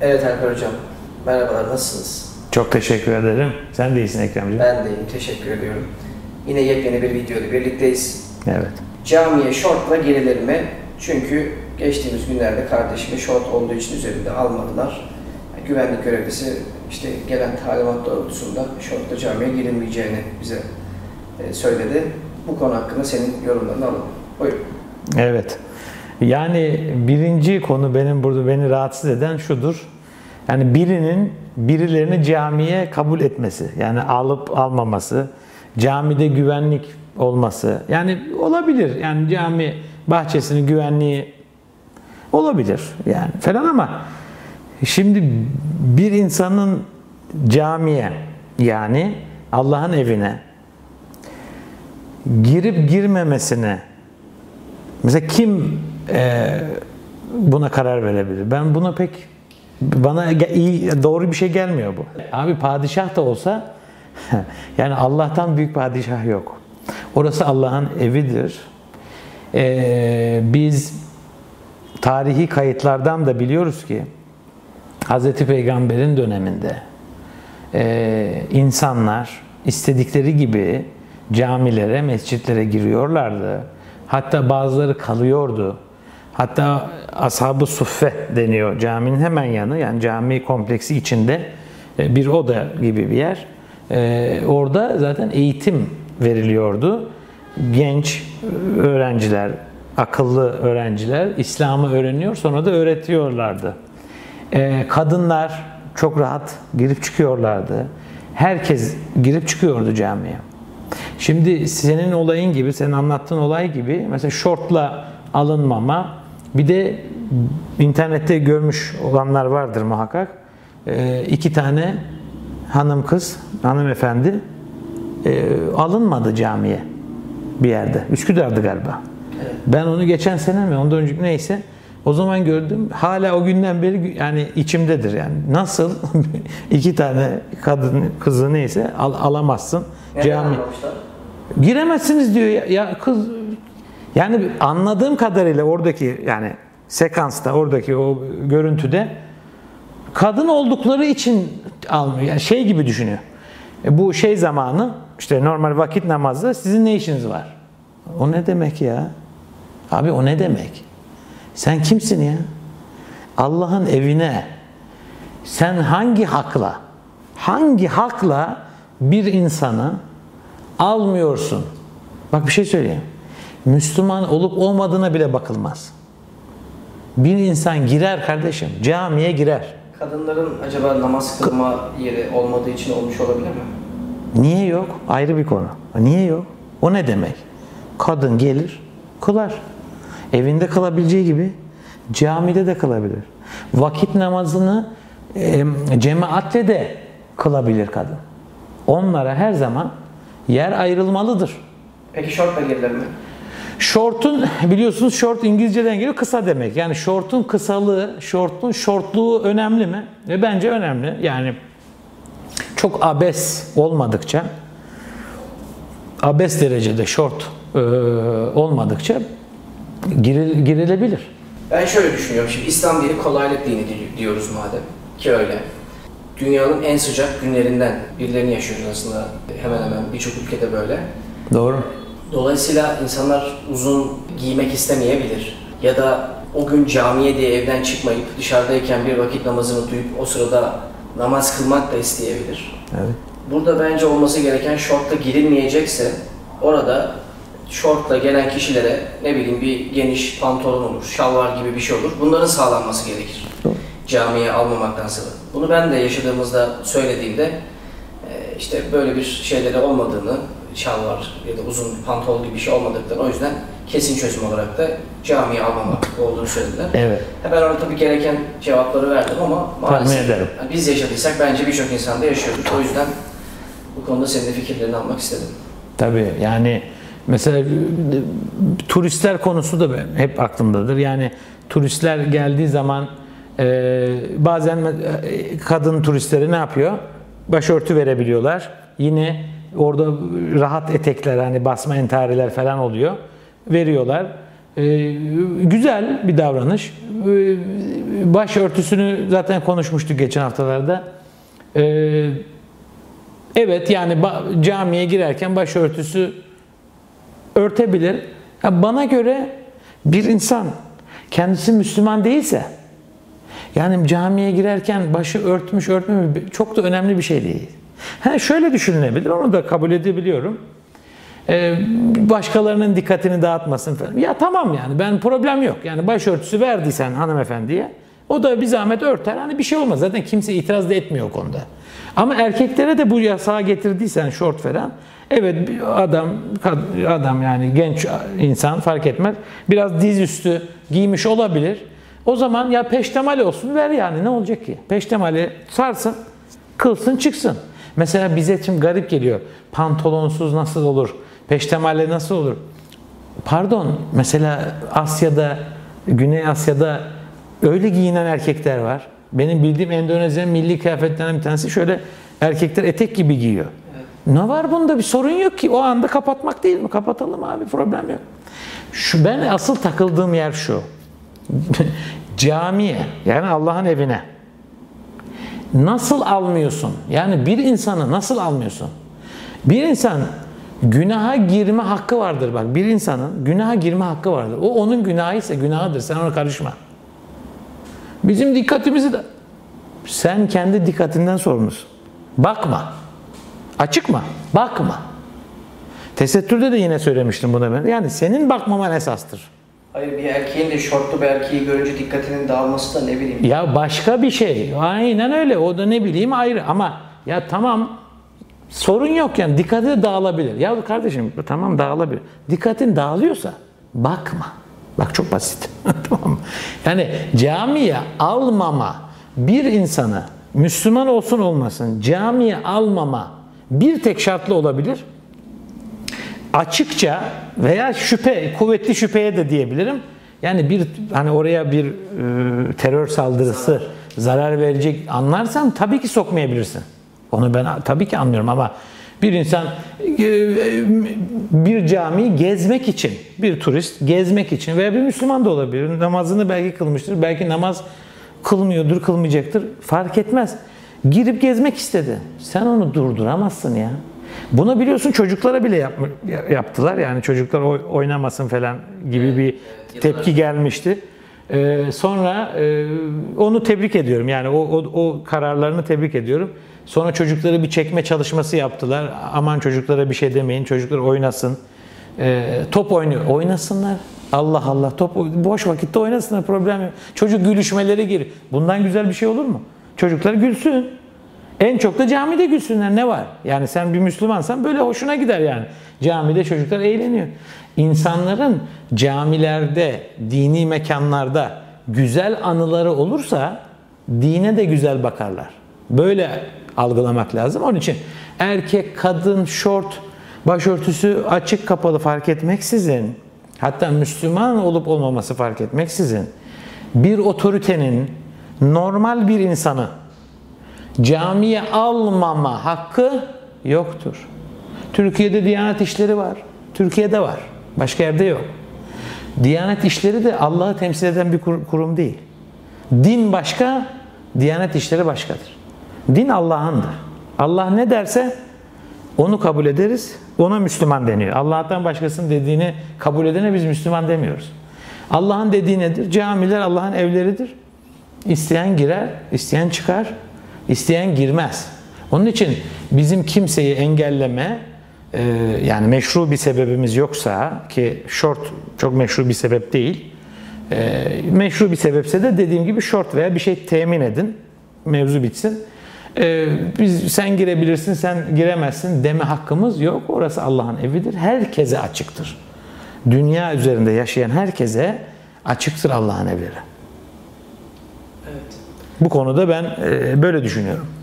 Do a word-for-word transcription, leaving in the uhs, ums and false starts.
Evet Alper Hocam, merhabalar, nasılsınız? Çok teşekkür ederim. Sen de iyisin Ekremciğim. Ben de iyiyim, teşekkür ediyorum. Yine yepyeni bir videoda birlikteyiz. Evet. Camiye şortla girilir mi? Çünkü geçtiğimiz günlerde kardeşimi şort olduğu için üzerinde almadılar. Yani güvenlik görevlisi işte gelen talimat doğrultusunda şortla camiye girilmeyeceğini bize söyledi. Bu konu hakkında senin yorumlarını alalım. Buyurun. Evet. Yani birinci konu benim burada beni rahatsız eden şudur. Yani birinin birilerini camiye kabul etmesi, yani alıp almaması, camide güvenlik olması. Yani olabilir. Yani cami bahçesinin güvenliği olabilir yani falan ama şimdi bir insanın camiye, yani Allah'ın evine girip girmemesine mesela kim e, buna karar verebilir? Ben buna pek bana iyi, doğru bir şey gelmiyor bu. Abi padişah da olsa yani Allah'tan büyük padişah yok. Orası Allah'ın evidir. Ee, biz tarihi kayıtlardan da biliyoruz ki Hazreti Peygamber'in döneminde e, insanlar istedikleri gibi camilere, mescitlere giriyorlardı. Hatta bazıları kalıyordu. Hatta Ashab-ı Suffe deniyor caminin hemen yanı, yani cami kompleksi içinde bir oda gibi bir yer. Ee, orada zaten eğitim veriliyordu. Genç öğrenciler, akıllı öğrenciler İslam'ı öğreniyor, sonra da öğretiyorlardı. Ee, kadınlar çok rahat girip çıkıyorlardı. Herkes girip çıkıyordu camiye. Şimdi senin olayın gibi, senin anlattığın olay gibi mesela şortla alınmama, bir de internette görmüş olanlar vardır muhakkak. Ee, iki tane hanım kız, hanımefendi e, alınmadı camiye bir yerde. Üsküdar'dı galiba. Evet. Ben onu geçen sene mi, ondan önceki neyse o zaman gördüm. Hala o günden beri yani içimdedir yani. Nasıl iki tane kadın kızı neyse al, alamazsın neden cami. Giremezsiniz diyor ya, ya kız. Yani anladığım kadarıyla oradaki yani sekansta, oradaki o görüntüde kadın oldukları için almıyor. Yani şey gibi düşünüyor. E bu şey zamanı, işte normal vakit namazda sizin ne işiniz var? O ne demek ya? Abi o ne demek? Sen kimsin ya? Allah'ın evine sen hangi hakla, hangi hakla bir insanı almıyorsun? Bak bir şey söyleyeyim. Müslüman olup olmadığına bile bakılmaz. Bir insan girer kardeşim, camiye girer. Kadınların acaba namaz kılma yeri olmadığı için olmuş olabilir mi? Niye yok? Ayrı bir konu. Niye yok? O ne demek? Kadın gelir, kılar. Evinde kılabileceği gibi camide de kılabilir. Vakit namazını e, cemaatle de kılabilir kadın. Onlara her zaman yer ayrılmalıdır. Peki şortla girilir mi? Şortun, biliyorsunuz şort İngilizceden geliyor, kısa demek. Yani şortun kısalığı, şortun şortluğu önemli mi? Ve bence önemli. Yani çok abes olmadıkça, abes derecede şort e, olmadıkça giril, girilebilir. Ben şöyle düşünüyorum. Şimdi İslam dini kolaylık dini diyoruz madem ki öyle. Dünyanın en sıcak günlerinden birilerini yaşıyoruz aslında. Hemen hemen birçok ülkede böyle. Doğru. Dolayısıyla insanlar uzun giymek istemeyebilir. Ya da o gün camiye diye evden çıkmayıp dışarıdayken bir vakit namazını duyup o sırada namaz kılmak da isteyebilir. Evet. Burada bence olması gereken şortla girilmeyecekse orada şortla gelen kişilere ne bileyim bir geniş pantolon olur, şalvar gibi bir şey olur. Bunların sağlanması gerekir. Doğru. Camiye almamaktansa. Bunu ben de yaşadığımızda söylediğimde işte böyle bir şeyleri olmadığını, şalvar ya da uzun pantol gibi bir şey olmadıklarını, o yüzden kesin çözüm olarak da camiye almamak olduğunu söylediler. Evet. Ben orada tabii gereken cevapları verdim ama maalesef yani biz yaşadıysak bence birçok insan da yaşıyorduk. O yüzden bu konuda senin de fikirlerini almak istedim. Tabii yani mesela turistler konusu da hep aklımdadır. Yani turistler geldiği zaman e, bazen e, kadın turistlere ne yapıyor? Başörtü verebiliyorlar. Yine orada rahat etekler, hani basma entareler falan oluyor. Veriyorlar. Ee, güzel bir davranış. Ee, başörtüsünü zaten konuşmuştuk geçen haftalarda. Ee, evet yani ba- camiye girerken başörtüsü örtebilir. Ya bana göre bir insan kendisi Müslüman değilse, yani camiye girerken başı örtmüş örtmemiş çok da önemli bir şey değil. Ha, şöyle düşünülebilir, onu da kabul edebiliyorum. Ee, başkalarının dikkatini dağıtmasın falan. Ya tamam, yani ben problem yok. Yani başörtüsü verdiysen hanımefendiye, o da bir zahmet örter. Hani bir şey olmaz. Zaten kimse itiraz da etmiyor o konuda. Ama erkeklere de bu yasağı getirdiysen, şort falan. Evet, adam adam yani genç insan fark etmez. Biraz dizüstü giymiş olabilir. O zaman ya peştemali olsun, ver yani, ne olacak ki? Peştemali sarsın, kılsın, çıksın. Mesela bize şimdi garip geliyor. Pantolonsuz nasıl olur? Peştemali nasıl olur? Pardon, mesela Asya'da, Güney Asya'da öyle giyinen erkekler var. Benim bildiğim Endonezya'nın milli kıyafetlerinden bir tanesi şöyle, erkekler etek gibi giyiyor. Evet. Ne var bunda? Bir sorun yok ki. O anda kapatmak değil mi? Kapatalım abi, problem yok. Şu, ben asıl takıldığım yer şu. Camiye, yani Allah'ın evine nasıl almıyorsun? Yani bir insanı nasıl almıyorsun? Bir insan günaha girme hakkı vardır bak. Bir insanın günaha girme hakkı vardır. O onun günahı ise günahıdır. Sen ona karışma. Bizim dikkatimizi de... Sen kendi dikkatinden sorumlusun. Bakma. Açık mı? Bakma. Tesettürde de yine söylemiştim bunu ben. Yani senin bakmaman esastır. Hayır, bir erkeğin de şortlu bir erkeği görünce dikkatinin dağılması da ne bileyim. Ya başka bir şey. Aynen öyle. O da ne bileyim ayrı. Ama ya tamam, sorun yok yani. Dikkati de dağılabilir. Ya kardeşim tamam, dağılabilir. Dikkatin dağılıyorsa bakma. Bak çok basit. Tamam. Yani camiye almama, bir insanı Müslüman olsun olmasın camiye almama bir tek şartlı olabilir. Açıkça veya şüphe, kuvvetli şüpheye de diyebilirim. Yani bir hani oraya bir e, terör saldırısı, zarar verecek anlarsan tabii ki sokmayabilirsin. Onu ben tabii ki anlıyorum ama bir insan e, bir camiyi gezmek için, bir turist gezmek için veya bir Müslüman da olabilir. Namazını belki kılmıştır, belki namaz kılmıyordur, kılmayacaktır. Fark etmez. Girip gezmek istedi. Sen onu durduramazsın ya. Bunu biliyorsun çocuklara bile yap, yaptılar. Yani çocuklar oynamasın falan gibi bir tepki gelmişti. Ee, sonra e, onu tebrik ediyorum. Yani o, o, o kararlarını tebrik ediyorum. Sonra çocukları bir çekme çalışması yaptılar. Aman çocuklara bir şey demeyin. Çocuklar oynasın. Ee, top oynuyor. Oynasınlar. Allah Allah. Top boş vakitte oynasınlar. Problem yok. Çocuk gülüşmeleri gir. Bundan güzel bir şey olur mu? Çocuklar gülsün. En çok da camide gülsünler, ne var? Yani sen bir Müslümansan böyle hoşuna gider yani. Camide çocuklar eğleniyor. İnsanların camilerde, dini mekanlarda güzel anıları olursa dine de güzel bakarlar. Böyle algılamak lazım. Onun için erkek, kadın, şort, başörtüsü açık kapalı fark etmeksizin, hatta Müslüman olup olmaması fark etmeksizin, bir otoritenin normal bir insanı camiye almama hakkı yoktur. Türkiye'de Diyanet İşleri var. Türkiye'de var. Başka yerde yok. Diyanet İşleri de Allah'ı temsil eden bir kurum değil. Din başka, Diyanet İşleri başkadır. Din Allah'ındır. Allah ne derse onu kabul ederiz. Ona Müslüman deniyor. Allah'tan başkasının dediğini kabul edene biz Müslüman demiyoruz. Allah'ın dediği nedir? Camiler Allah'ın evleridir. İsteyen girer, isteyen çıkar. İsteyen girmez. Onun için bizim kimseyi engelleme, e, yani meşru bir sebebimiz yoksa, ki şort çok meşru bir sebep değil, e, meşru bir sebepse de dediğim gibi şort veya bir şey temin edin, mevzu bitsin. E, biz sen girebilirsin, sen giremezsin deme hakkımız yok. Orası Allah'ın evidir. Herkese açıktır. Dünya üzerinde yaşayan herkese açıktır Allah'ın evleri. Bu konuda ben böyle düşünüyorum.